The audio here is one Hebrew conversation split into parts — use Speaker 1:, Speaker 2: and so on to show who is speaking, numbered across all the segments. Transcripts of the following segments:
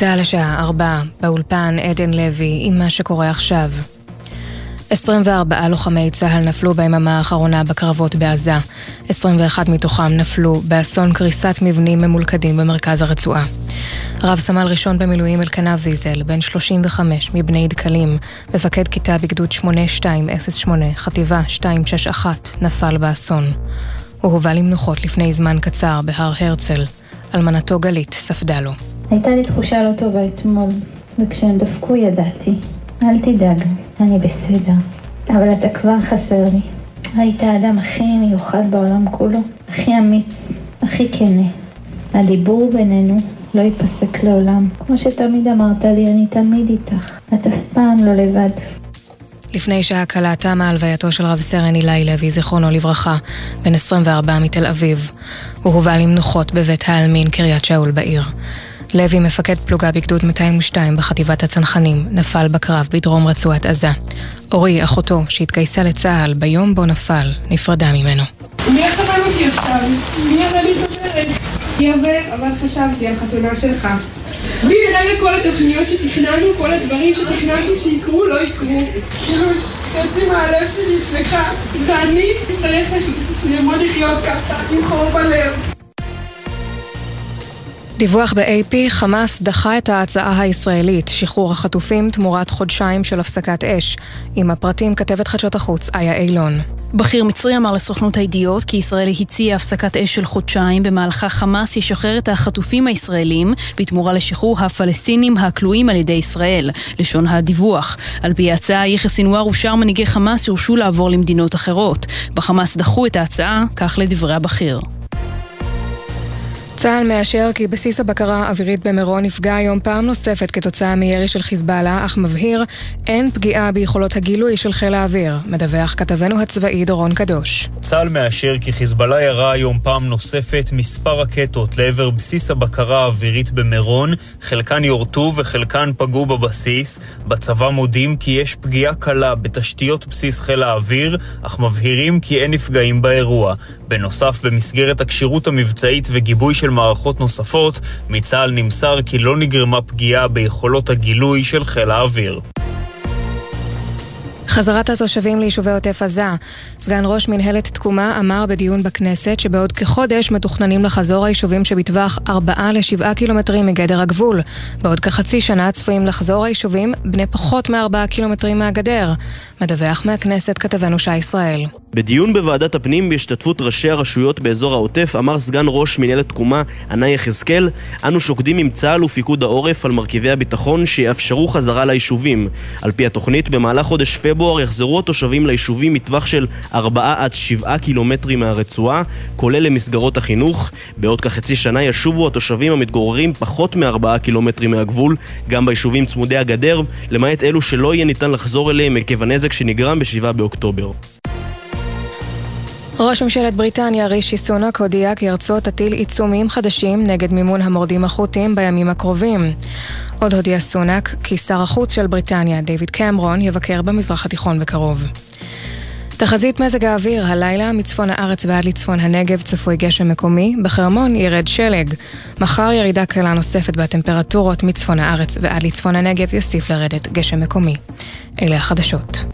Speaker 1: צהל השעה 4, באולפן עדן לוי עם מה שקורה עכשיו. 24 לוחמי צהל נפלו ביממה האחרונה בקרבות בעזה. 21 מתוכם נפלו באסון קריסת מבנים ממולכדים במרכז הרצועה. רב סמל ראשון במילואים אלקנה ויזל, בן 35 מבני דקלים, מפקד כיתה בגדוד 8208, חטיבה 261, נפל באסון. הוא הובא למנוחות לפני זמן קצר בהר הרצל. אלמנתו גלית ספדה לו.
Speaker 2: הייתה לי תחושה לא טובה אתמול, וכשהם דפקו ידעתי. אל תדאג, אני בסדר. אבל אתה כבר חסר לי. היית האדם הכי מיוחד בעולם כולו, הכי אמיץ, הכי כנה. הדיבור בינינו לא ייפסק לעולם. כמו שתמיד אמרת לי, אני תמיד איתך. את אף פעם לא לבד.
Speaker 1: לפני שעה קלה תמה הלווייתו של רב סרן אילי לוי, זיכרונו לברכה, בן 24 מתל אביב. הוא הובא למנוחות בבית העלמין קריית שאול בעיר. לוי, מפקד פלוגה בגדוד 202 בחטיבת הצנחנים, נפל בקרב בדרום רצועת עזה. אורי, אחותו, שהתגייסה לצהל ביום בו נפל, נפרדה ממנו.
Speaker 3: מי יחבל אותי עכשיו? מי יבוא לי סופרת? אבל חשבתי על חתונה שלך. מי נראה לכל התוכניות שתכננו, כל הדברים שתכננו שיקרו, לא יקרו. חצי מהלב שלי אצלך, ואני אצטרך ללמוד לחיות ככה, עם חור בלב.
Speaker 1: דיווח ב-AP, חמאס דחה את ההצעה הישראלית, שחרור החטופים תמורת חודשיים של הפסקת אש. עם הפרטים כתבת חדשות החוץ, איה אילון.
Speaker 4: בכיר מצרי אמר לסוכנות הידיעות כי ישראל הציעה הפסקת אש של חודשיים, במהלכה חמאס ישחרר את החטופים הישראלים בתמורה לשחרור הפלסטינים הכלואים על ידי ישראל. לשון הדיווח. על פי ההצעה, יחיא סינואר ושאר מנהיגי חמאס יורשו לעבור למדינות אחרות. בחמאס דחו את ההצעה, כך לדברי הבכיר.
Speaker 1: צה"ל מאשר כי בסיס הבקרה האווירית במירון נפגע היום פעם נוספת כתוצאה מירי של חיזבאללה, אך מבהיר אין פגיעה ביכולות הגילוי של חיל האוויר. מדווח כתבנו הצבאי דורון קדוש.
Speaker 5: צה"ל מאשר כי חיזבאללה ירה היום פעם נוספת מספר רקטות לעבר בסיס הבקרה האווירית במירון, חלקן יורטו וחלקן פגעו בבסיס. בצבא מודים כי יש פגיעה קלה בתשתיות בסיס חיל האוויר, אך מבהירים כי אין נפגעים באירוע. בנוסף, במסגרת הקשירות המבצעית וגיבוי של מערכות נוספות, מצה"ל נמסר כי לא נגרמה פגיעה ביכולות הגילוי של חיל האוויר.
Speaker 1: חזרת התושבים ליישובי עוטף עזה. סגן ראש מנהלת תקומה אמר בדיון בכנסת שבעוד כחודש מתוכננים לחזור היישובים שבטווח 4 ל-7 קילומטרים מגדר הגבול. בעוד כחצי שנה צפויים לחזור היישובים בני פחות מ4 קילומטרים מהגדר. מדווח מהכנסת כתבנו שי ישראל.
Speaker 6: בדיון בוועדת הפנים בהשתתפות ראשי הרשויות באזור העוטף אמר סגן ראש מנהלת תקומה ענה יחזקאל, אנו שוקדים עם צה"ל ופיקוד העורף על מרכיבי הביטחון שיאפשרו חזרה ליישובים. על פי התוכנית, במהלך חודש פברואר יחזרו התושבים ליישובים מטווח של 4 עד 7 קילומטרים מהרצועה, כולל למסגרות החינוך. בעוד כחצי שנה ישובו התושבים המתגוררים פחות מ4 קילומטרים מהגבול, גם ביישובים צמודי הגדר, למעט אלו שלא יהיה ניתן לחזור אליהם עקב הנזק שנגרם ב7 באוקטובר.
Speaker 1: ראש ממשלת בריטניה רישי סונאק הודיע כי ארצו תטיל עיצומים חדשים נגד מימון המורדים החות'ים בימים הקרובים. עוד הודיע סונאק כי שר החוץ של בריטניה, דיוויד קמרון, יבקר במזרח התיכון בקרוב. תחזית מזג האוויר, הלילה מצפון הארץ ועד לצפון הנגב צפוי גשם מקומי, בחרמון ירד שלג. מחר ירידה קלה נוספת בטמפרטורות, מצפון הארץ ועד לצפון הנגב יוסיף לרדת גשם מקומי. אלה החדשות.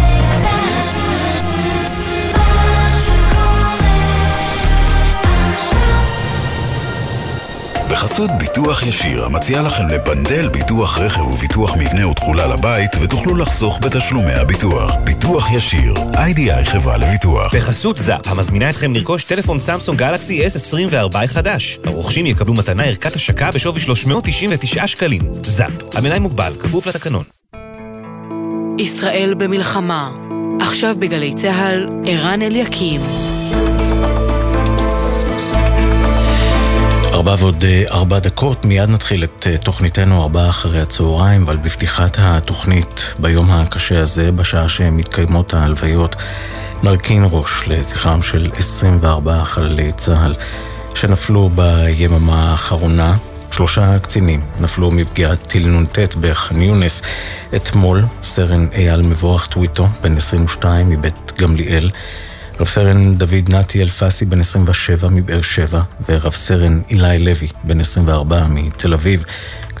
Speaker 7: בחסות ביטוח ישיר, המציע לכם לבנדל ביטוח רכב וביטוח מבנה ותכולה לבית, ותוכלו לחסוך בתשלומי הביטוח. ביטוח ישיר, איי-די-איי חברה לביטוח.
Speaker 8: בחסות זאפ, המזמינה אתכם לרכוש טלפון סמסונג גלקסי S24 חדש. הרוכשים יקבלו מתנה ערכת השקה בשווי 399 שקלים. זאפ, המלאי מוגבל, כפוף לתקנון.
Speaker 9: ישראל במלחמה. עכשיו בגלי צהל, ערן אליקים.
Speaker 10: 4:04, מיד נתחיל את תוכניתנו 4 אחרי הצהריים, אבל בפתיחת התוכנית ביום הקשה הזה, בשעה שמתקיימות ההלוויות, נרכין ראש לזכרם של 24 חללי צהל שנפלו ביממה האחרונה. 3 קצינים נפלו מפגיעת טיל נ"ט בח'אן יונס אתמול. סרן אייל מבורך טוויטו, בן 22 מבית גמליאל, רב סרן דוד נתי אלפסי בן 27 מבאר שבע, ורב סרן אילי לוי בן 24 מתל אביב.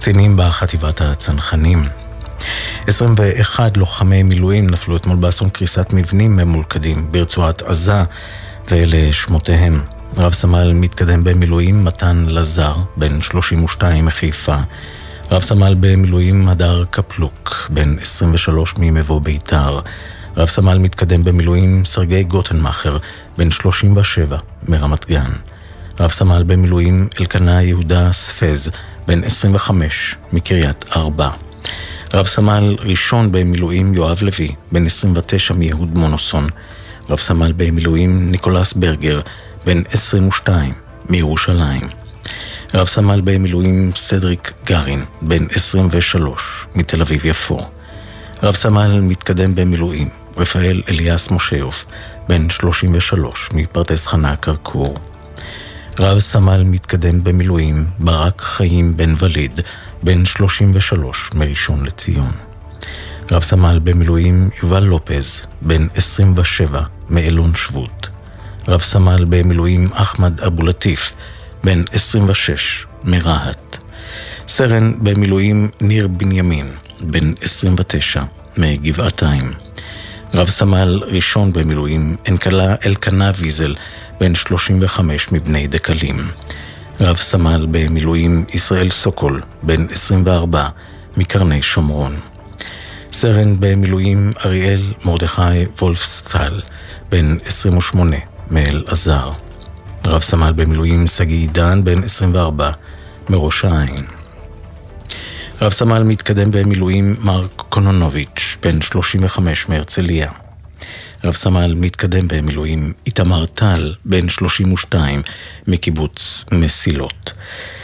Speaker 10: קצינים בחטיבת הצנחנים. 21 לוחמי מילואים נפלו אתמול באסון קריסת מבנים ממולכדים ברצועת עזה, ואלה שמותיהם: רב סמל מתקדם במילואים מתן לזר, בן 32 מחיפה, רב סמל במילואים הדר קפלוק, בן 23 ממבוא ביתר, רב סמל מתקדם במילואים סרגי גוטנמאכר, בן 37 מרמת גן, רב סמל במילואים אלקנה יהודה ספז, בן 25 מקריית ארבע, רב סמל ראשון במילואים יואב לוי, בן 29 מיהוד מונוסון, רב סמל במילואים ניקולס ברגר, בן 22 מירושלים, רב סמל במילואים סדריק גרין, בן 23 מתל אביב יפו, רב סמל מתקדם במילואים רפאל אליאס מושיוף, בן 33 מפרדס חנה קרקור, רב סמל מתקדם במילואים ברק חיים בן וליד, בן 33 מראשון לציון, רב סמל במילואים יובל לופז, בן 27 מאלון שבות, רב סמל במילואים אחמד אבו לטיף, בן 26 מרהט, סרן במילואים ניר בנימין, בן 29 מגבעתיים, רב סמל ראשון במילואים אלקנה ויזל, בן 35 מבני דקלים, רב סמל במילואים ישראל סוקול, בן 24 מקרני שומרון, סרן במילואים אריאל מרדכי וולפסטל, בן 28 מאל עזר, רב סמל במילואים סגי עידן, בן 24 מראש העין, רב סמל מתקדם במילואים מרק קונונוביץ', בן 35 מהרצליה, רב סמל מתקדם במילואים איתמר טל, בן 32 מקיבוץ מסילות,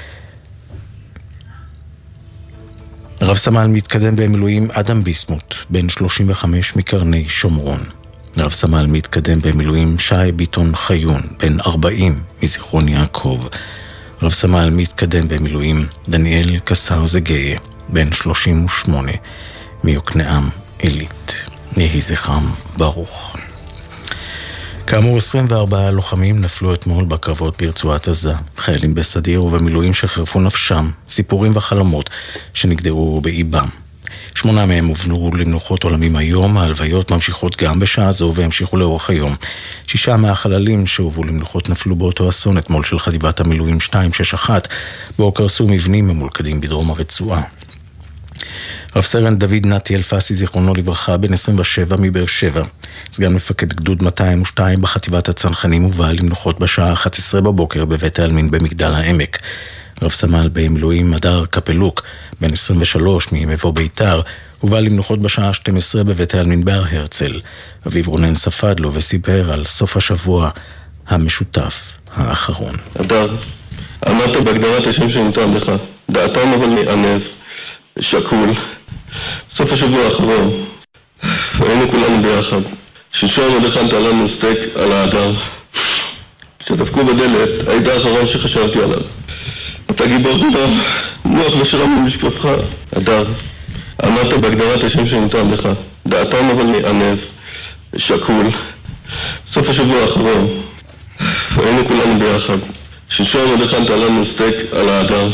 Speaker 10: רב סמל מתקדם במילואים אדם ביסמוט, בן 35 מקרני שומרון, רב סמל מתקדם במילואים שי ביטון חיון, בן 40 מזיכרון יעקב, רב סמל מתקדם במילואים דניאל קסאו זגאיה, בן 38 מיוקנעם עילית. יהי זכרם ברוך. כאמור, 24 לוחמים נפלו אתמול בקרבות ברצועת עזה, חיילים בסדיר ובמילואים שחרפו נפשם, סיפורים וחלומות שנגדעו באיבם. 8 מהם הובנו למנוחות עולמים היום, ההלוויות ממשיכות גם בשעה זו והמשיכו לאורך היום. 6 מהחללים שהובאו למנוחות נפלו באותו אסון אתמול של חטיבת המילואים 261, בו קרסו מבנים ממולכדים בדרום הרצועה. רב סרן דוד נתי אלפסי, זיכרונו לברכה, בן 27 מבאר שבע, סגן מפקד גדוד 202 בחטיבת הצנחנים, הובא למנוחות בשעה 11 בבוקר בבית העלמין במגדל העמק. רב סמל במילואים הדר קפלוק, בן 23 ממבוא ביתר, הובא למנוחות בשעה 12 בבית העלמין בהר הרצל. אביב רונן ספד לו וסיפר על סוף השבוע המשותף האחרון.
Speaker 11: הדר, אמרת בהגדרת השם שניתן לך, דעתם אבל מענב, שקול. סוף השבוע האחרון, היינו כולנו ביחד. שלשום עוד הכנת לנו סטייק על ההדר. כשדפקו בדלת, היית האחרון שחשבתי עליו. אתה גיבור גדול, נוח ושלום במשפחך. הדר, אמרת בהגדרת השם שניתן לך, דעתם אבל מענב, שקול. סוף השבוע האחרון, היינו כולנו ביחד. שלשום עוד הכנת לנו סטייק על ההדר.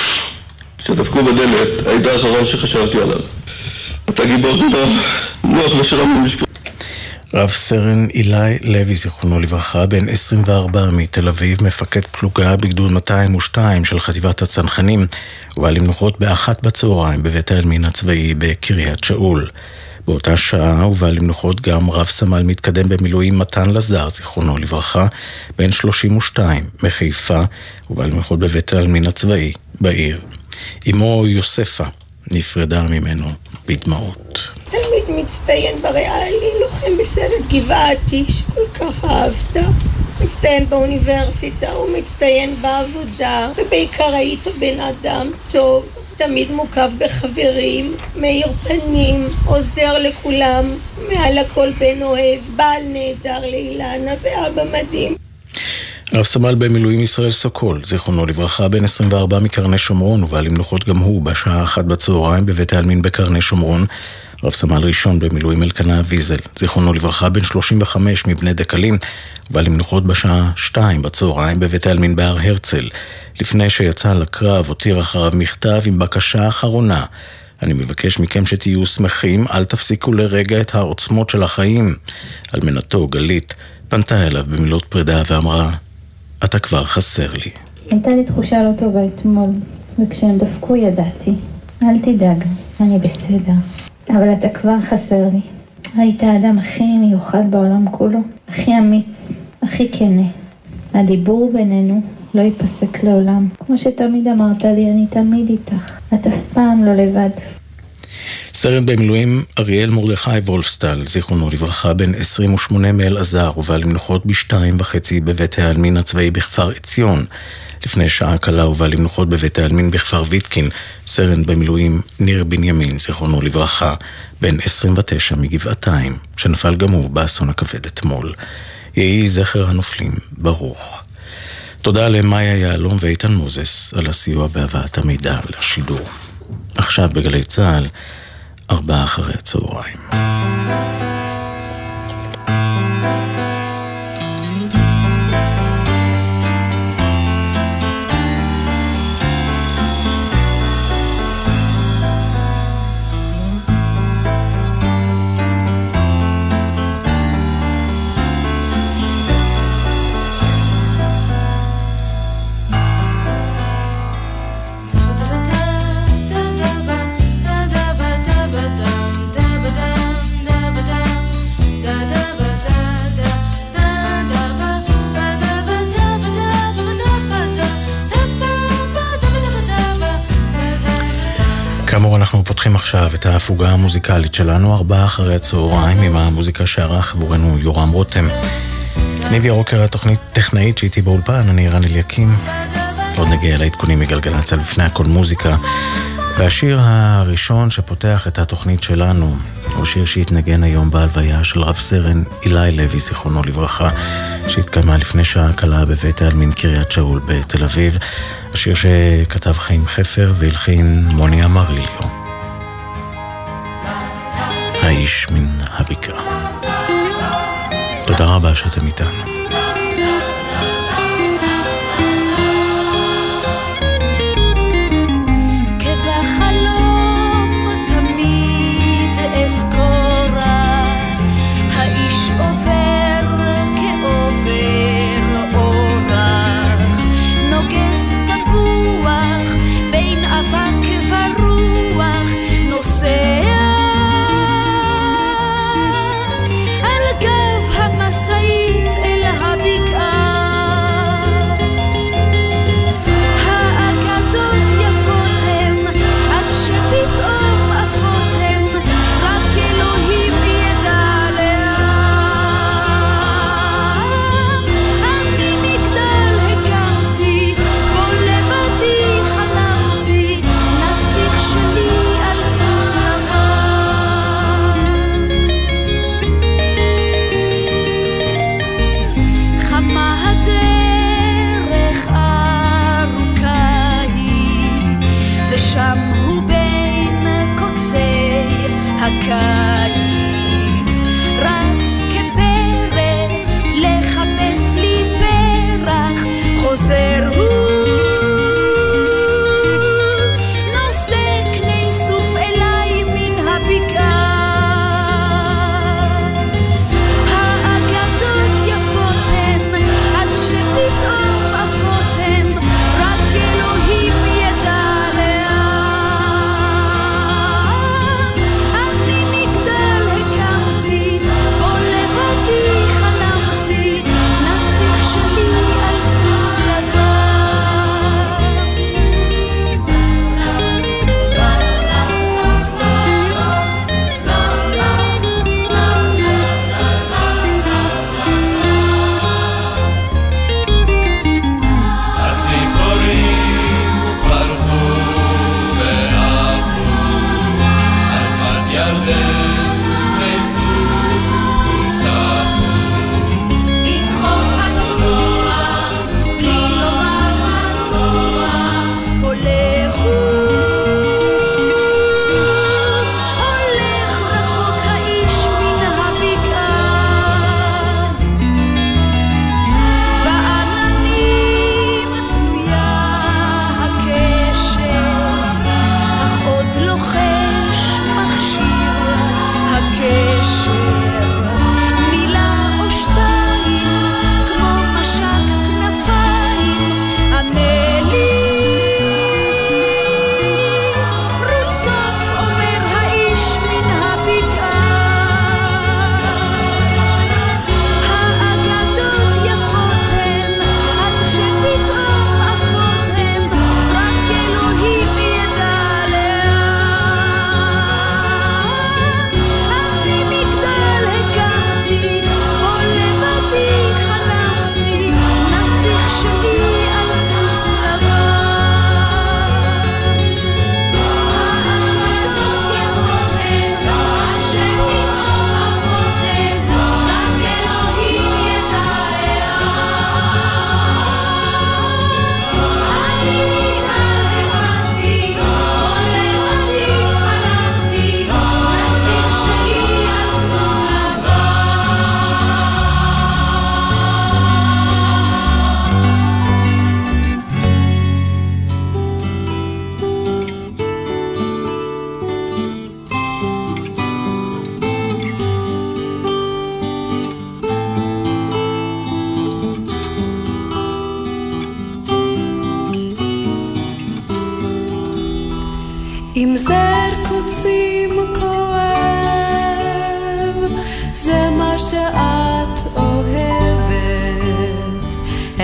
Speaker 11: כשדפקו בדלת, היית האחרון שחשבתי עליו. אתה גיבור גדול, נוח ושלום במשפחך.
Speaker 10: רב סרן אילי לוי, זיכרונו לברכה, בן 24 מתל אביב, מפקד פלוגה בגדוד 202 של חטיבת הצנחנים, ובא למנוחות באחת בצהריים בבית העלמין הצבאי בקריית שאול. באותה שעה הובא למנוחות גם רב סמל מתקדם במילואים מתן לזר, זיכרונו לברכה, בן 32 מחיפה, הובא למנוחות בבית העלמין הצבאי בעיר. אמו יוספה נפרדה ממנו בדמעות.
Speaker 12: תלמיד מצטיין בריאלי, לוחם בסרט גבעתי שכל כך אהבת, מצטיין באוניברסיטה ומצטיין בעבודה, ובעיקר היית בן אדם טוב, תמיד מוקף בחברים, מאיר פנים, עוזר לכולם, מעל הכל בן אוהב, בעל נהדר לאילנה ואבא מדהים.
Speaker 10: רב סמל במילואים ישראל סוקול, זיכרונו לברכה, בן 24 מקרני שומרון, ובא למנוחות גם הוא בשעה 1 בצהריים בבית העלמין בקרני שומרון. רב סמל ראשון במילואים אלקנה ויזל, זיכרונו לברכה, בן 35 מבני דקלים, ובא למנוחות בשעה 2 בצהריים בבית העלמין בהר הרצל. לפני שיצא לקרב הותיר אחריו מכתב עם בקשה אחרונה: אני מבקש מכם שתהיו שמחים, אל תפסיקו לרגע את העוצמות של החיים. אלמנתו גלית פנתה אליו במילות פרידה ואמרה: אתה כבר חסר לי.
Speaker 2: הייתה לי תחושה לא טובה אתמול, וכשהם דפקו ידעתי, אל תדאג, אני בסדר. אבל אתה כבר חסר לי. היית האדם הכי מיוחד בעולם כולו, הכי אמיץ, הכי כנה. הדיבור בינינו לא ייפסק לעולם. כמו שתמיד אמרת לי, אני תמיד איתך. את אף פעם לא לבד.
Speaker 10: סרן במילואים אריאל מרדכי וולפסטל, זיכרונו לברכה, בן 28 מאלעזר, ובא למנוחות ב2:30 בבית העלמין הצבאי בכפר עציון. לפני שעה קלה ובא למנוחות בבית העלמין בכפר ויטקין, סרן במילואים ניר בנימין, זיכרונו לברכה, בן 29 מגבעתיים, שנפל גם הוא באסון הכבד אתמול. יהי זכר הנופלים ברוך. תודה למאיה יעלום ואיתן מוזס על הסיוע בהבאת המידע לשידור. עכשיו בגלי צהל, 16:00. כאמור, אנחנו פותחים עכשיו את ההפוגה המוזיקלית שלנו 16:00 עם המוזיקה שערך עבורנו יורם רותם. ניב ירוקר, התוכנית טכנאית שהייתי באולפן, אני רן אליקים. עוד נגיע לעדכונים מגלגלצ, לפני הכל מוזיקה. והשיר הראשון שפותח את התוכנית שלנו הוא שיר שהתנגן היום בהלוויה של רב סרן אילי לוי, זיכרונו לברכה, שהתקיימה לפני שעה קלה בבית העלמין קריית שאול בתל אביב. השיר שכתב חיים חפר והלחין מוני אמריליו, האיש מן הבקעה. תודה רבה שאתם איתנו.
Speaker 13: על גב המשאית אל הבקעה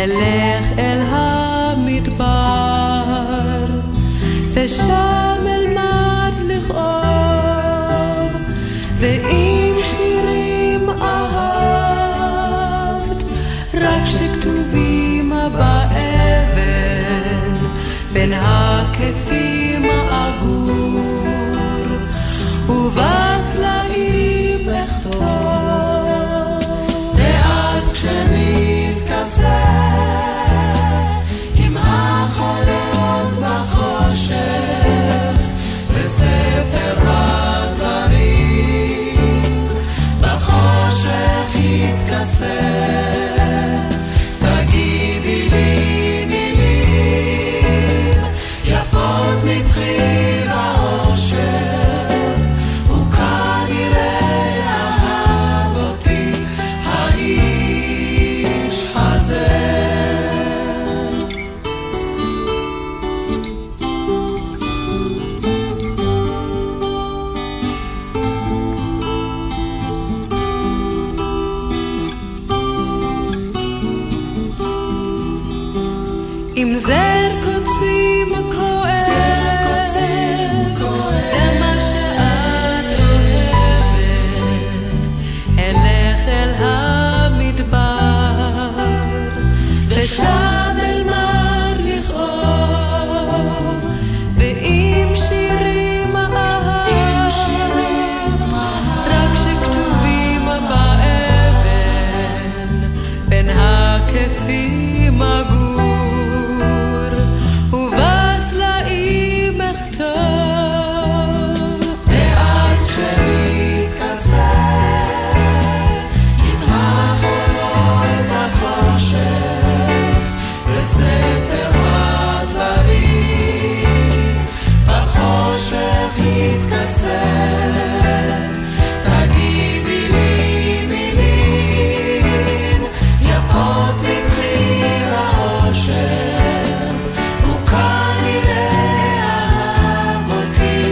Speaker 13: אלך אל המדבר ושם אלמד לכאוב ואם שירים אהבת רק שכתובים באבן בין הכפים אגור ובסלעים אכתוב ואז כשנתכסה עם החולות בחושך בספר הדברים בחושך יתכסה תגידי לי מילים יפות מבחיר האושר וכנראה אהב אותי האיש הזה עם זר קוצים כואב זה מה שאת אוהבת אלך אל המדבר ושם אלמד לכאוב ואם שירים אהבת רק שכתובים באבן בין הכפים אגור תגידי לי מילים יפות מבחיר האושר וכנראה אהב אותי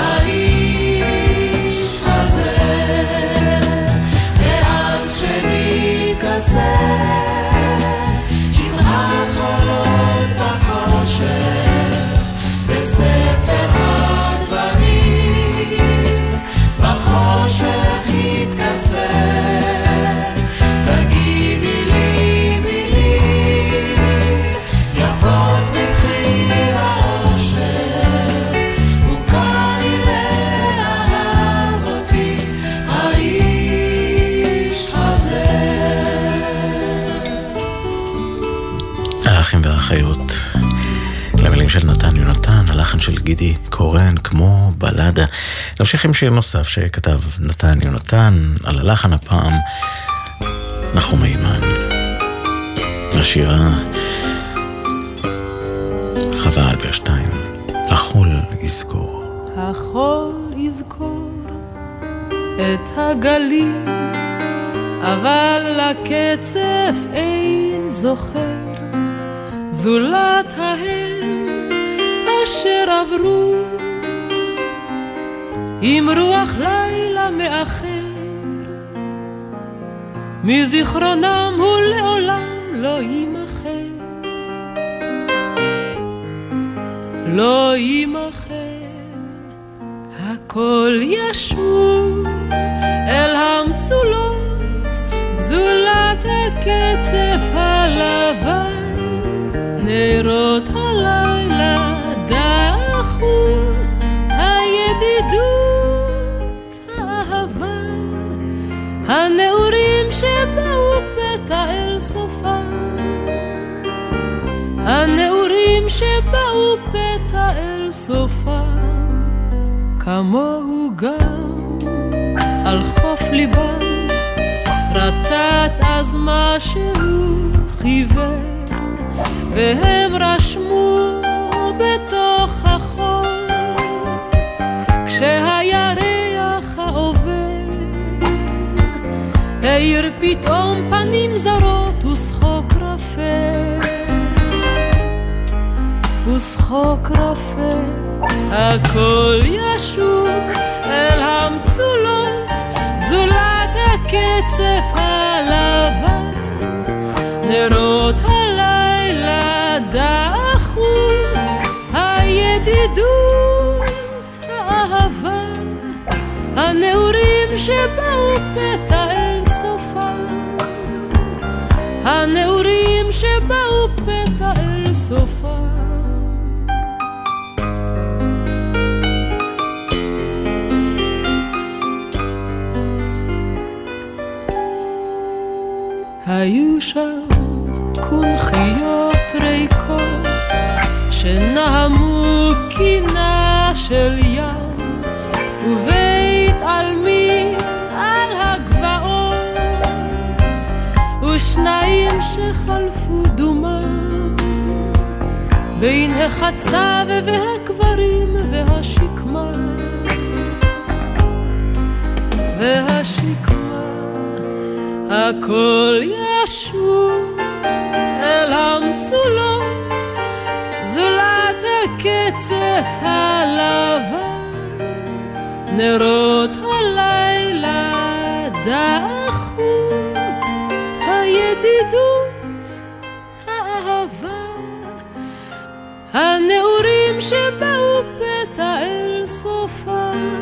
Speaker 13: האיש הזה ואז כשנתכסה עם החולות בחושך בספר בחושך יתכסה תגידי לי מילים יפות מבחיר האושר וכנראה אהב אותי האיש הזה.
Speaker 10: האחים והאחיות למילים של נתן יונתן, הלחן של גידי קורן כמו בלדה. נמשיך עם שיר נוסף שכתב נתן יונתן, על הלחן הפעם נחום אימן. השירה חווה אלברשטיין, החול יזכור.
Speaker 13: החול יזכור את הגלים אבל לקצף אין זוכר זולת ההם אשר עברו עם רוח לילה מאחר מזיכרונם הוא לעולם לא יימחר לא יימחר הכל ישוב אל המצולות זולת הקצף הלבן נרות הלילה דחו הידידות האהבה הנעורים שבאו פתע אל סופם הנעורים שבאו פתע אל סופם כמוהו גם על חוף ליבם רטט אז משהו חיוור והם רשמו בתוך החול כשהירח העובר העיר פתאום פנים זרות ושחוק רפה ושחוק רפה הכל ישוב אל המצולות זולת הקצף הלבן נרות הלבן שבאו פתע אל סופם, הנעורים שבאו פתע אל סופם. היו שם קונכיות ריקות שנעמו קינה של ים, ובית עלמי על הגבעות, ושניים שחלפו דומם בין החצב והקברים והשקמה הכל ישוב אל המצולות, זולת הקצף הלבן, נרות הלילה דחו, הידידות, האהבה, הנעורים שבאו פתע אל סופם,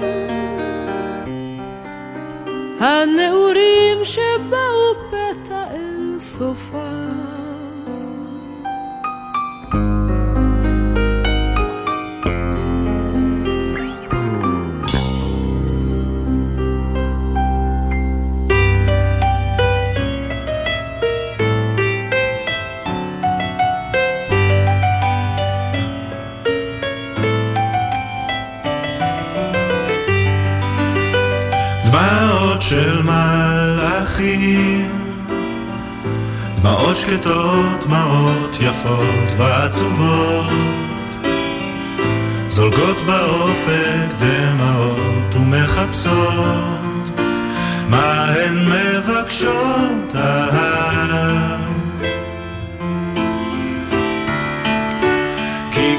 Speaker 13: הנעורים שבאו פתע אל סופם.
Speaker 14: דמעות של מלאכים, דמעות שקטות, דמעות יפות ועצובות, זולגות באופק דמעות ומחפשות מה הן מבקשות. כי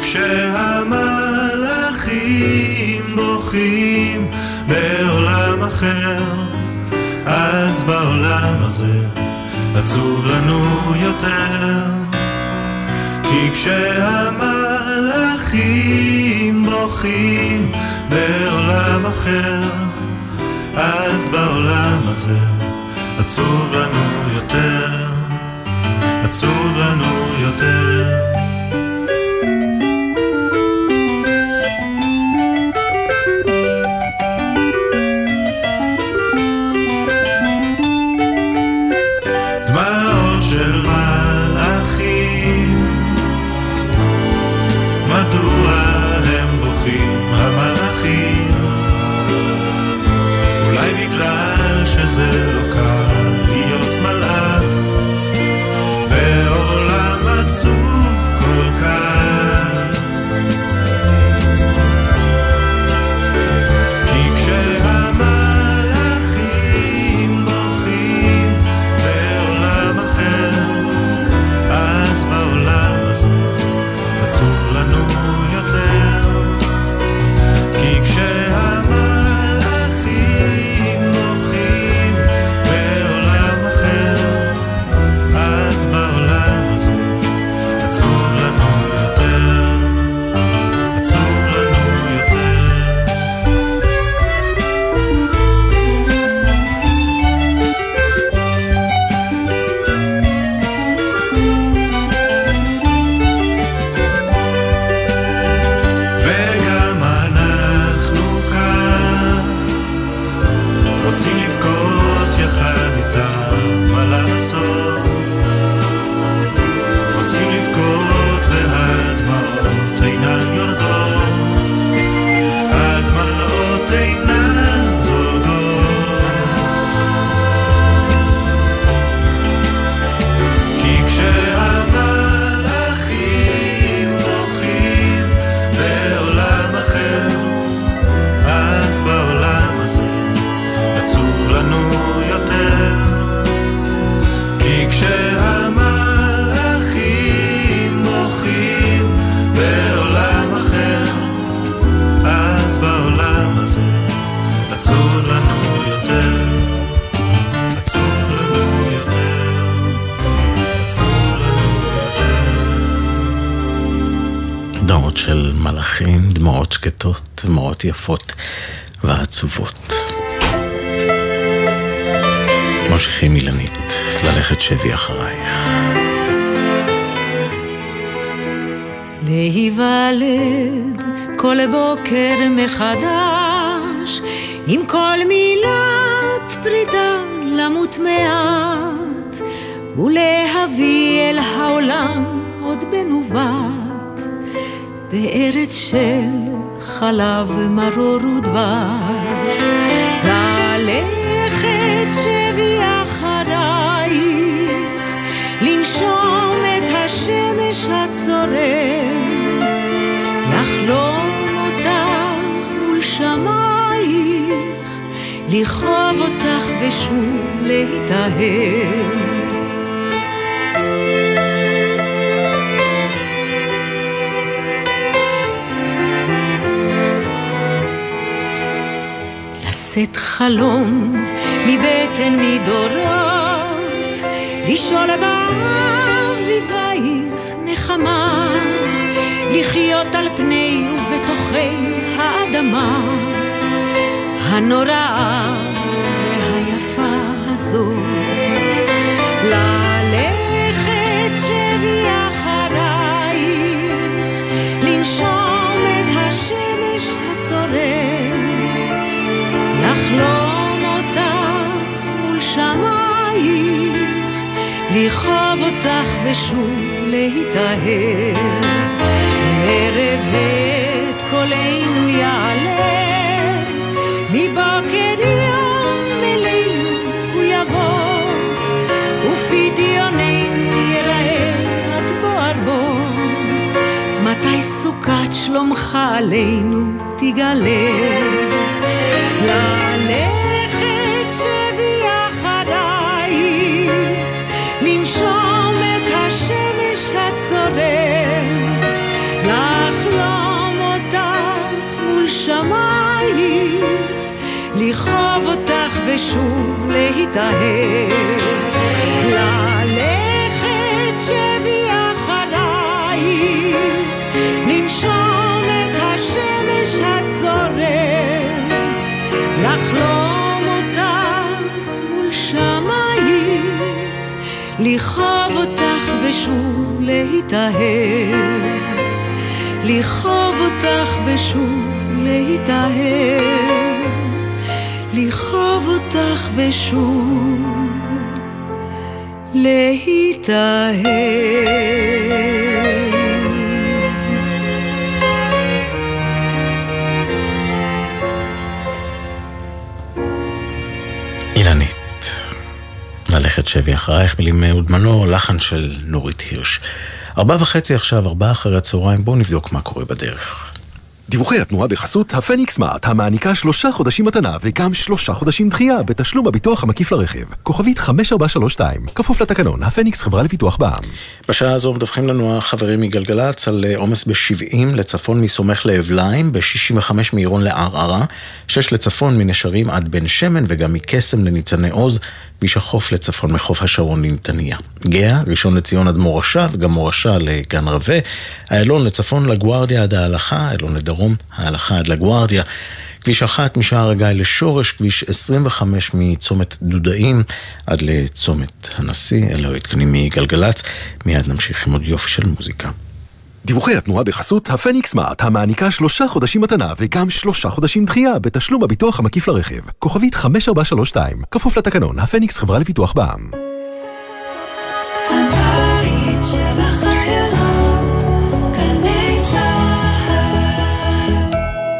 Speaker 14: כשהמלאכים בוכים בעולם אחר, אז בעולם הזה עצוב לנו יותר. כי כשהמלאכים בוכים בעולם אחר, אז בעולם הזה עצוב לנו יותר, עצוב לנו יותר. שזה לא קל להיות מלאך בעולם עצוב כל כך. כי כשהמלאכים בוכים בעולם אחר, אז בעולם הזה עצוב לנו יותר. כי כשהמלאכים בוכים בעולם אחר, אז בעולם הזה עצוב לנו יותר, עצוב לנו יותר. וגם אנחנו כאן רוצים לבכות יחד איתם על הנסות, רוצים לבכות והדמעות אינן יורדות, הדמעות אינן זולגות. כי כשהמלאכים בוכים בעולם אחר, אז בעולם הזה עצוב לנו יותר. כי כשהמלאכים בוכים בעולם אחר, אז בעולם הזה עצוב לנו יותר, עצוב לנו יותר, עצוב לנו יותר.
Speaker 10: דמעות של מלאכים, דמעות שקטות, דמעות יפות ועצובות. ממשיכים אילנית, ללכת שבי אחרייך.
Speaker 15: להיוולד כל בוקר מחדש, עם כל מילת פרידה למות מעט, ולהביא אל העולם עוד בנובת, בארץ של חלב מרור ודבש. ללכת שבי אחרייך, לנשום את השמש הצורם, לחלום אותך מול שמייך, לכאוב אותך ושוב להתאהב. לשאת חלום מבטן מדורות, לשאול באביבייך נחמה, לחיות על פני ובתוכי האדמה הנוראה והיפה הזאת. ללכת שבי אחרייך, לנשום את השמש הצורם, לחלום אותך מול שמייך, לכאוב אותך ושוב להתאהב. אם ערב את קולנו יעלה, מבוקר יום אלינו הוא יבוא, ופדיוננו ייראה עד בוער בו. מתי סוכת שלומך עלינו תגלה? ללכת שבי אחרייך, לנשום את השמש הצורם, לחלום אותך מול שמייך, לכאוב אותך ושוב להתאהב. ללכת שבי אחרייך, לנשום את השמש הצורם, לחלום אותך מול שמייך, לכאוב אותך ושוב להתאהב, לכאוב אותך ושוב להתאהב, לכאוב אותך ושוב להתאהב.
Speaker 10: אילנית, ללכת שבי אחרייך, מילים אהוד מנור, לחן של נורית הירש. 4:30 עכשיו, 4 אחרי הצהריים, בואו נבדוק מה קורה בדרך.
Speaker 16: דיווחי התנועה בחסות הפניקס סמארט, המעניקה 3 חודשים מתנה וגם 3 חודשים דחייה בתשלום הביטוח המקיף לרכב. כוכבית 5432, כפוף לתקנון, הפניקס חברה לפיתוח בע"מ.
Speaker 10: בשעה הזו מדווחים לנו החברים מגלגלץ על עומס ב-70 לצפון מסומך לאבליים, ב-65 מעירון לערערה, 6 לצפון מנשרים עד בן שמן וגם מקסם לניצני עוז, כביש החוף לצפון מחוף השרון לנתניה. גאה, ראשון לציון עד מורשה וגם מורשה לגן רווה, איילון לצפון לגוארדיה עד ההלכה, איילון לדרום ההלכה עד לגוארדיה, כביש 1 משער הגיא לשורש, כביש 25 מצומת דודאים עד לצומת הנשיא. אלו התקנים מגלגלץ, מיד נמשיך עם עוד יופי של מוזיקה.
Speaker 16: דיווחי התנועה בחסות הפניקס סמארט, המעניקה 3 חודשים מתנה וגם 3 חודשים דחייה בתשלום הביטוח המקיף לרכב. כוכבית 5432, כפוף לתקנון, הפניקס חברה לפיתוח בע"מ.
Speaker 13: הבית של החיילות, גלי צהל.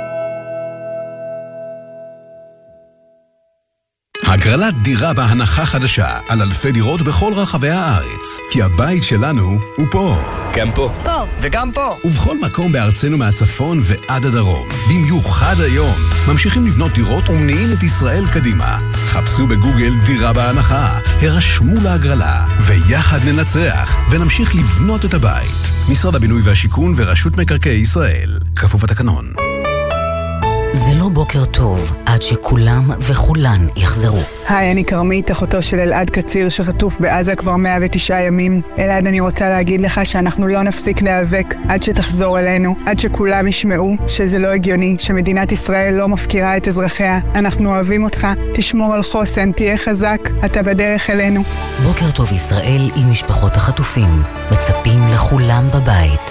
Speaker 17: הגרלת דירה בהנחה חדשה על אלפי דירות בכל רחבי הארץ. כי הבית שלנו הוא פה.
Speaker 18: גם פה. פה. וגם פה.
Speaker 17: ובכל מקום בארצנו מהצפון ועד הדרום. במיוחד היום. ממשיכים לבנות דירות ומניעים את ישראל קדימה. חפשו בגוגל דירה בהנחה. הרשמו להגרלה. ויחד ננצח. ונמשיך לבנות את הבית. משרד הבינוי והשיכון ורשות מקרקעי ישראל. כפוף התקנון.
Speaker 19: זה לא בוקר טוב עד שכולם וכולן יחזרו.
Speaker 20: היי, אני קרמית, אחותו של אלעד קציר שחטוף בעזה כבר 109 ימים. אלעד, אני רוצה להגיד לך שאנחנו לא נפסיק להיאבק עד שתחזור אלינו, עד שכולם ישמעו שזה לא הגיוני, שמדינת ישראל לא מפקירה את אזרחיה. אנחנו אוהבים אותך, תשמור על חוסן, תהיה חזק, אתה בדרך אלינו.
Speaker 19: בוקר טוב ישראל עם משפחות החטופים, מצפים לכולם בבית.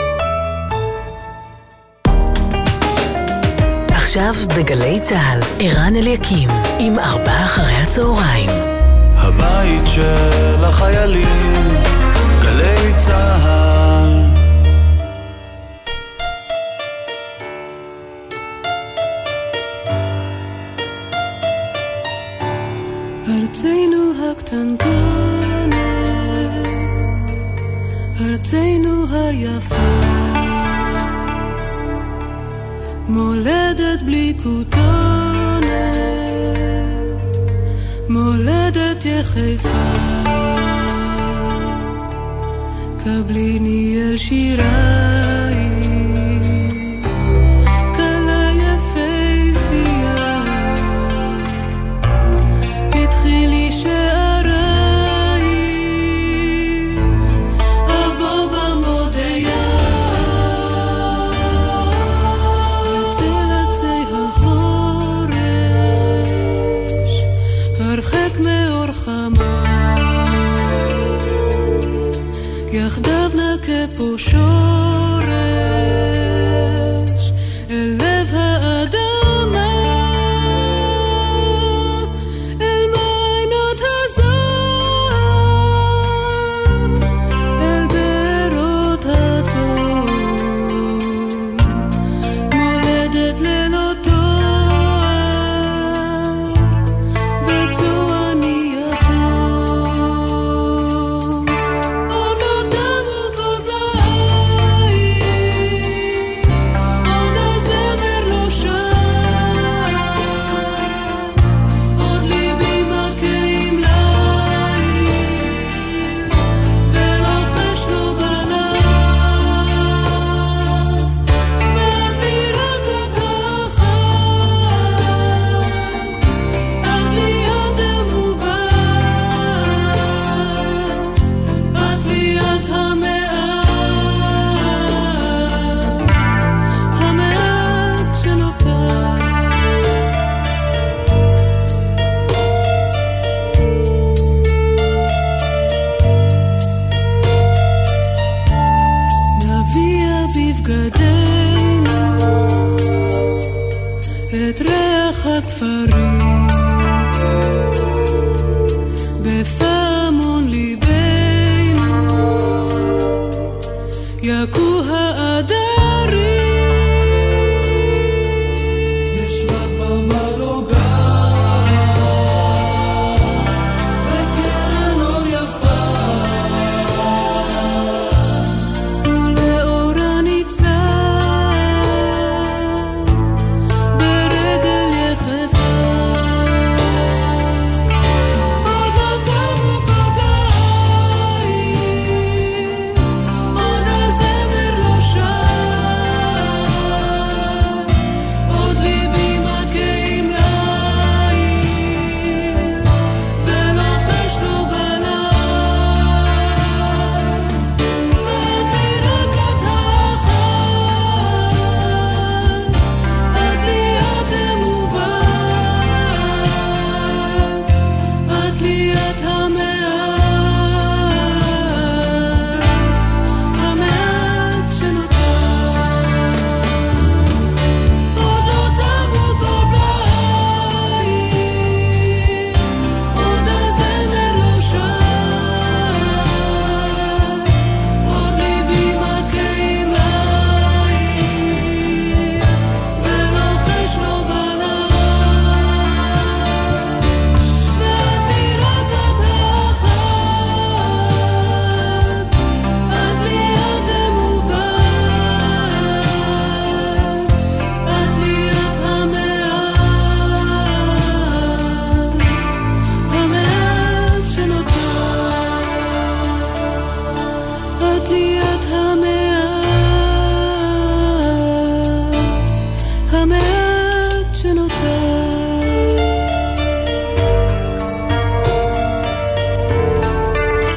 Speaker 19: עכשיו בגלי צהל, ערן אליקים עם 16:00.
Speaker 14: הבית של החיילים, גלי צהל.
Speaker 13: ארצנו הקטנטונת, ארצנו היפה, מולדת בלי כותונת, מולדת יחיפה, קבליני אל שירייך, קלה יפהפייה, פתחי לי שערייך, אבוא במודיה, הרחק מאור חמה, יחדיו נקה פה שורש אל לב האדמה, אל מעיינות הזן, אל בארות התום, מולדת ללא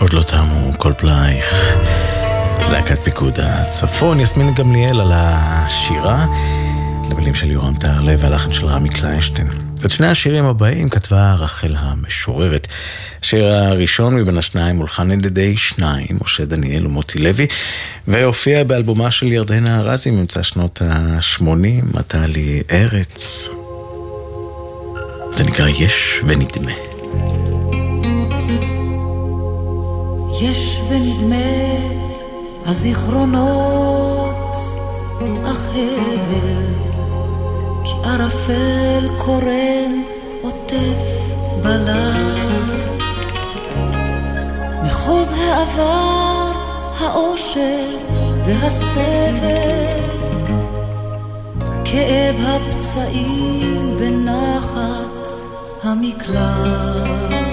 Speaker 10: עוד לא תמו כל פלייך. להקת פיקוד הצפון, יסמין גמליאל על השירה, למילים של יורם טהרלב והלחן של רמי קליישטיין. את שני השירים הבאים כתבה רחל המשוררת. השיר הראשון מבין השניים הולחן על ידי שניים, משה דניאל ומוטי לוי, והופיע באלבומה של ירדנה ארזי ממצא שנות ה-80, מתה לי ארץ. זה נקרא יש ונדמה.
Speaker 15: יש ונדמה הזיכרונות אך הבל, כי ערפל קורן עוטף בלט. מחוז העבר האושר והסבל, כאב הפצעים ונחת המקלט.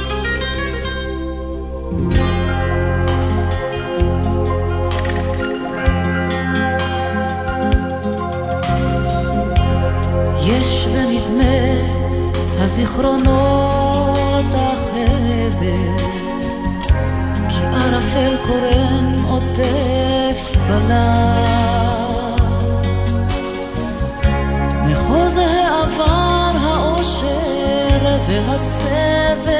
Speaker 15: יש ונדמה הזיכרונות אך הבל, כי ערפל קורן עוטף בלט. מחוז העבר האושר והסבל,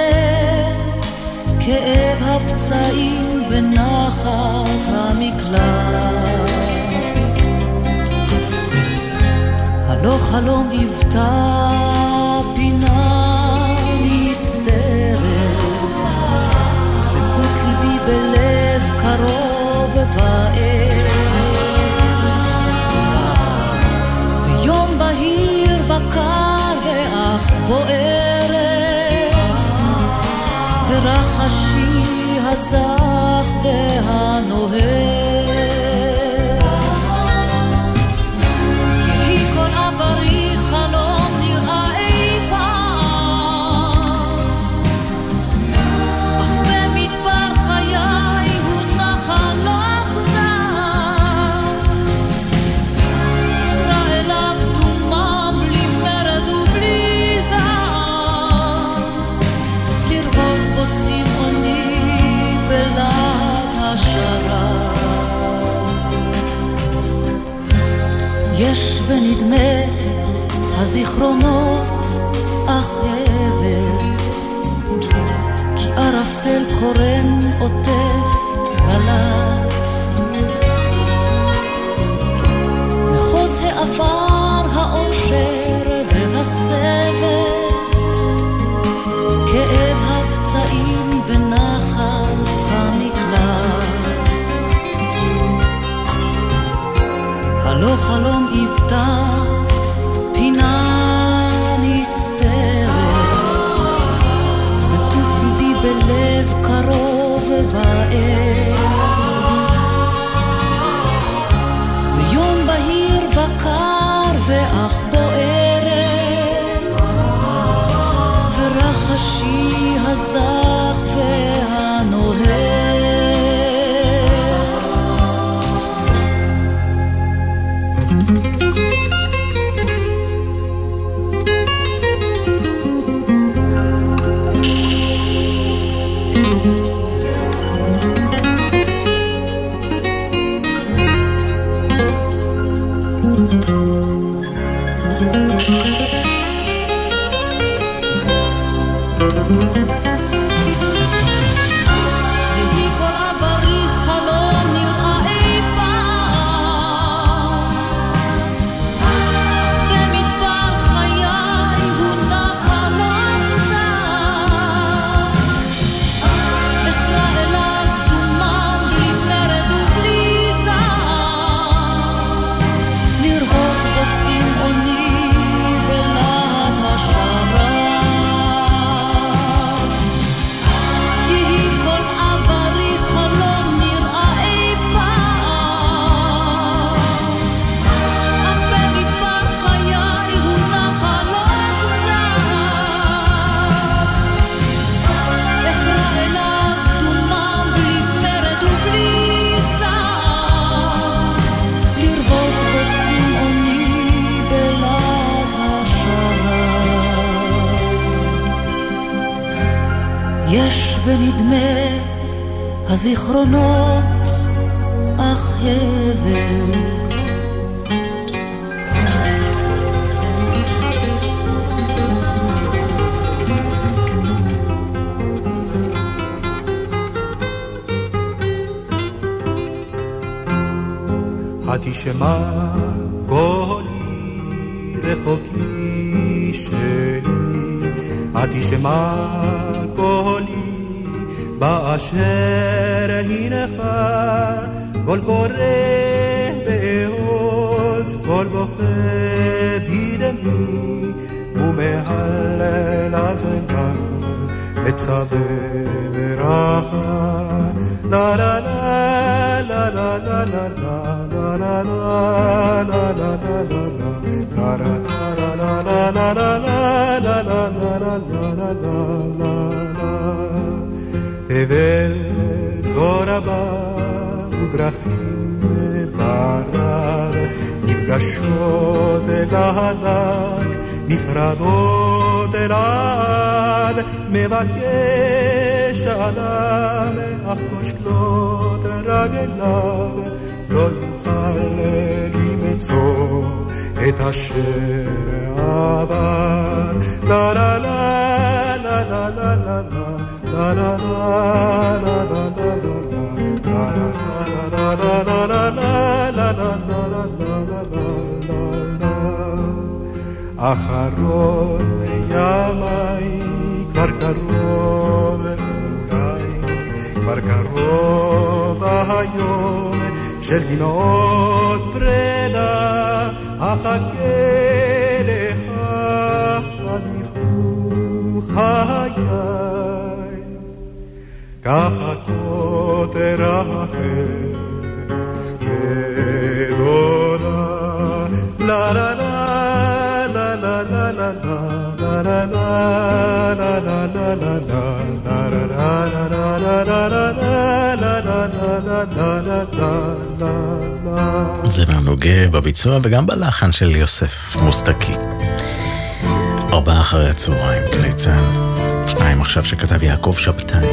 Speaker 15: כאב הפצעים ונחת המקלט. הלא חלום יבטא פינה נסתרת, דבקות ליבי בלב קרוב ובער, ויום בהיר וקר ואך בוערת, ורחשי הזך והנוהר. יש ונדמה הזיכרונות אך הבל, כי ערפל קורן עוטף בלט. מחוז העבר האושר והסבל, כאב הפצעים ונחת המקלט. הלא חלום יבטא פינה נסתרת, דבקות ליבי בלב קרוב ובער, ויום בהיר וקר ואך בוערת, ורחשי הזך והנוהר. יש ונדמה הזיכרונות אך יבל.
Speaker 21: התשמע קולי רחוקי שלי, התשמע קולי באשר הנך, קול קורא בעוז, קול בוכה בדמי, ומהלל הזמן מצווה ברכה. לה לה לה לה לה לה לה תבל זו רבה ודרכים ברב, נפגשות אל הדק, נפרדות אל עד, מבקש האדם אך כושלות רגליו, לא יוכל למצוא את אשר עבר. לה לה לה לה לה לה לה לה אחרון ימי כבר קרוב, אולי כבר קרוב היום של דמעות פרידה, אחכה לך עד יחוך חיי, ככה כותר אחר בדודה. לה לה לה לה לה לה לה לה לה לה לה
Speaker 10: זה נוגע בביצוע וגם בלחן של יוסף מוסטקי. 4 אחרי הצהריים, גלי צהל. 2 עכשיו שכתב יעקב שבתאי.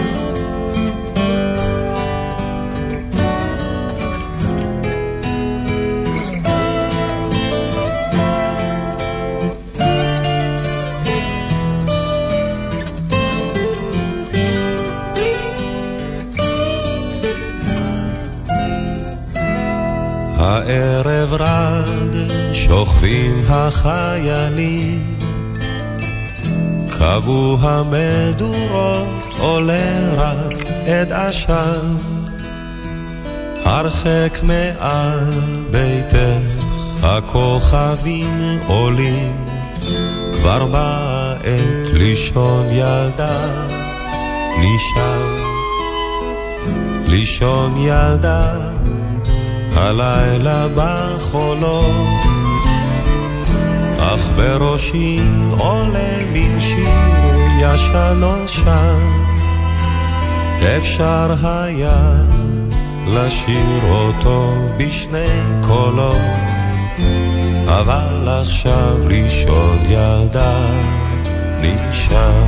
Speaker 22: הערב רד שוכבים החיילים, קבו המדורות עולה רק עד עשן, הרחק מעל ביתך הכוכבים עולים, כבר באה עת לישון ילדה, נשאר לישון ילדה הלילה בחולות, אך בראשי עולה מן שיר ישן נושן, אפשר היה לשיר אותו בשני קולות, אבל עכשיו לישון ילדה נשאר.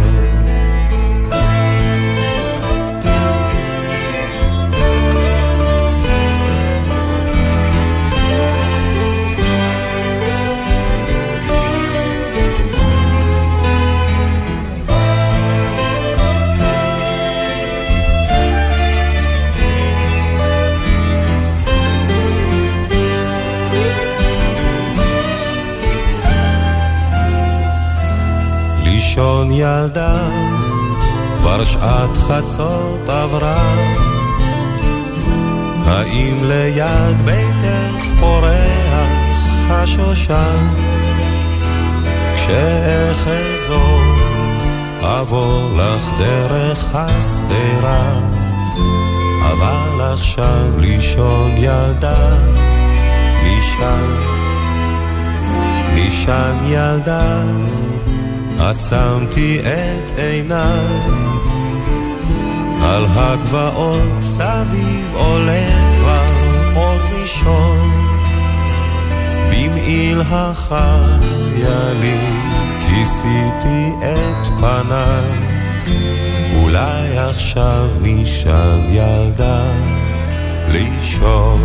Speaker 22: לישון ילדה, כבר שעת חצות עברה, האם ליד ביתך פורח השושן, כשאחזור אבוא לך דרך הסתירה, אבל עכשיו לישון ילדה, לישן ילדה, עצמתי את עיניי, על הגבעות סביב עולה כבר עוד לישון, במעיל החיילים כיסיתי את פניי, אולי עכשיו נשאל ילדה לשאול.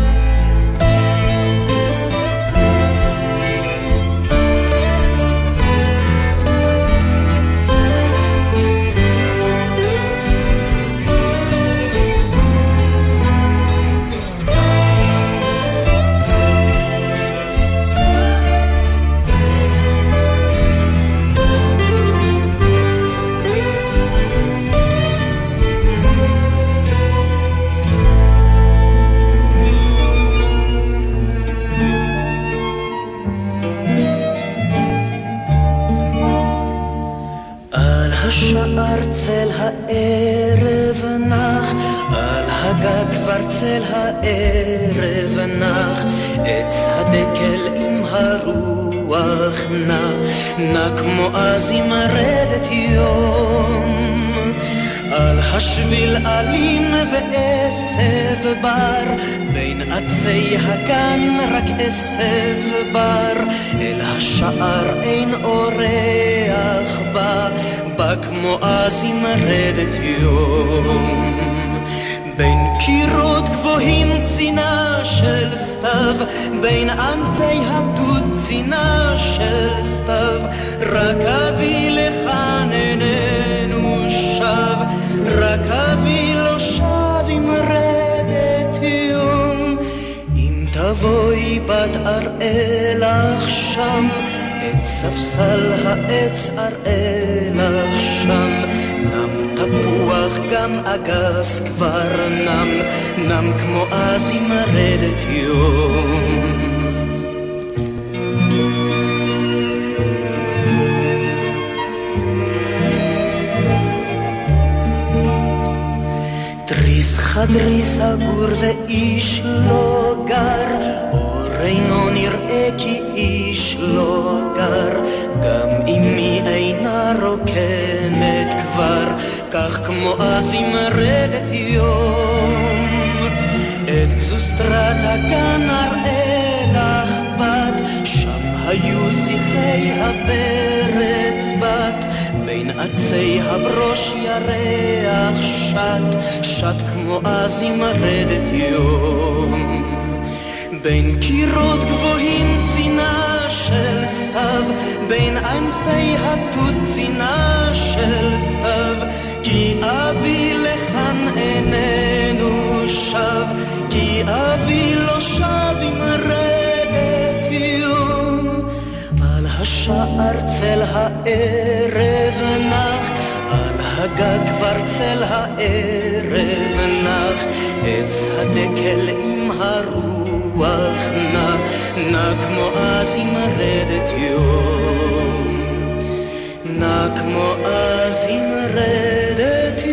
Speaker 3: צל הערב נח, על הגג כבר צל הערב נח, עץ הדקל עם הרוח נע כמו אז עם רדת יום. על השביל אלים ועשב בר, בין עצי הגן רק עשב בר, אל השער אין אורח בא כמו אז עם רדת יום. בין קירות גבוהים צינה של סתיו, בין ענפי הדוד צינה של סתיו, רק אבי לכאן איננו שב, רק אבי לא שב עם רדת יום. אם תבואי בת אראה לך שם, את ספסל העץ אראה לך שם, נם תפוח גם אגס כבר נם כמו אז עם רדת יום. תריס חדרי סגור ואיש לא גר, אור אינו נראה כי איש לא גר, גם אמי אינה רוקמת כבר, כך כמו אז עם רדת יום. את גזוסטרת הגן אראה לך בת, שם היו שיחי הוורת בת, בין עצי הברוש ירח שט כמו אז עם רדת יום. בין קירות גבוהים צינה של סתיו, בין ענפי התות צינה של סתיו, כי אבי לכאן איננו שב, כי אבי לא שב עם רדת יום. על השער צל הערב נח, על הגג כבר צל הערב נח, עץ הדקל עם הרוח נע כמו אז עם רדת יום, נע כמו אז עם רדת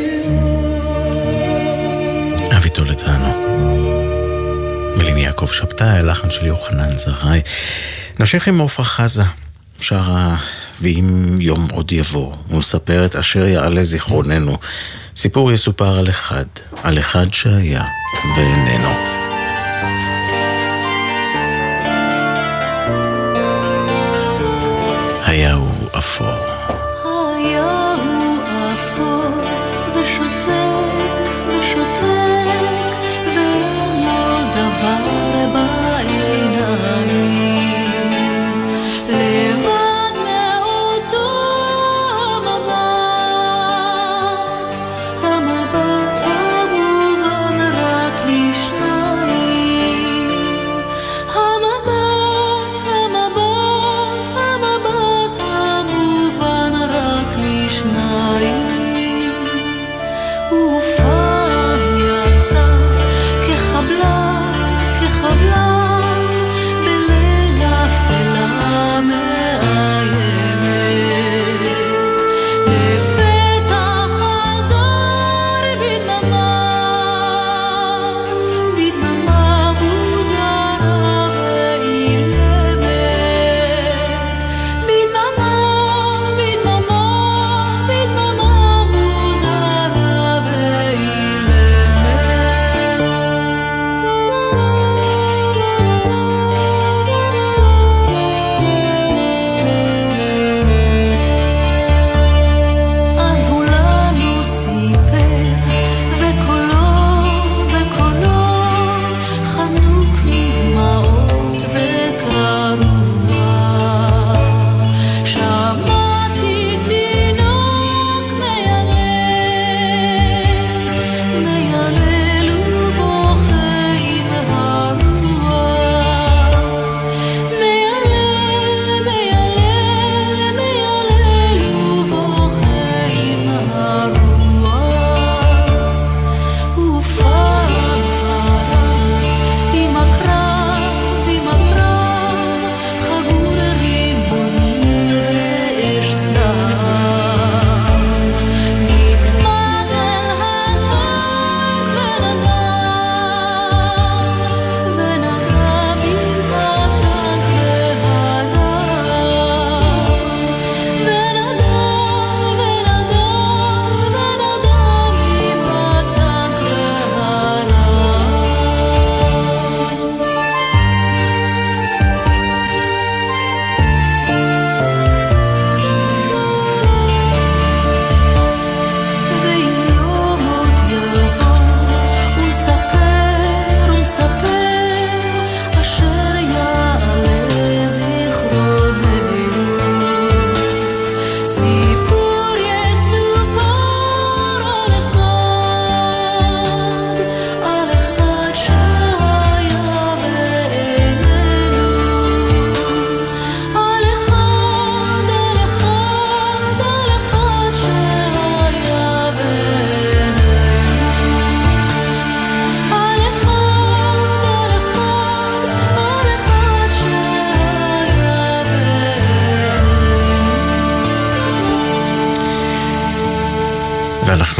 Speaker 3: יום.
Speaker 10: אבי טולדנו, מילים יעקב שבתאי, לחן של יוחנן זרעי. נמשיך עם עופרה חזה, שרה ואם יום עוד יבוא, ומספר את אשר יעלה זיכרוננו. סיפור יסופר על אחד שהיה ואיננו. היה הוא אפור.
Speaker 13: היה הוא אפור ושותק ושותק, ולא דבר בעיניים, לבד מאותו מבט, המבט המובן רק לשניים, המבט המובן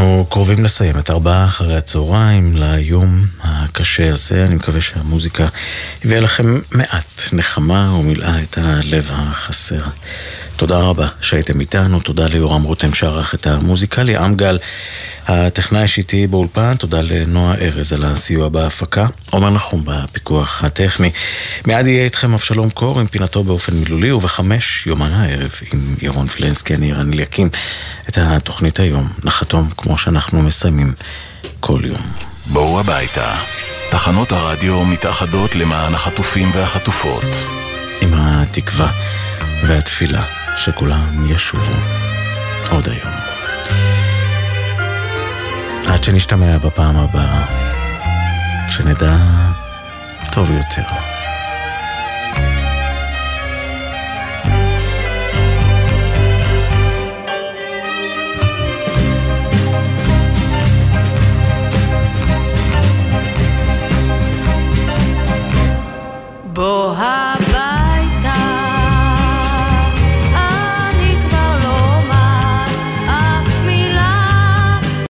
Speaker 10: אנחנו קרובים לסיים את 4 אחרי הצהריים ליום הקשה הזה. אני מקווה שהמוזיקה הביאה לכם מעט נחמה ומילאה את הלב החסר. תודה רבה שהייתם איתנו, תודה ליורם רותם שערך את המוזיקה, ליאם גל הטכנאי שיטי באולפן, תודה לנועה ארז על הסיוע בהפקה, עומר נחום בפיקוח הטכני. מיד יהיה איתכם אבשלום קור עם פינתו באופן מילולי, וב5 יומן הערב עם ירון פילנסקי. אני רן אליקים. את התוכנית היום נחתום כמו שאנחנו מסיימים כל יום.
Speaker 7: בואו הביתה. תחנות הרדיו מתאחדות למען החטופים והחטופות.
Speaker 10: עם התקווה והתפילה שכולם ישובו עוד היום. עד שנשתמע בפעם הבאה, שנדע טוב יותר.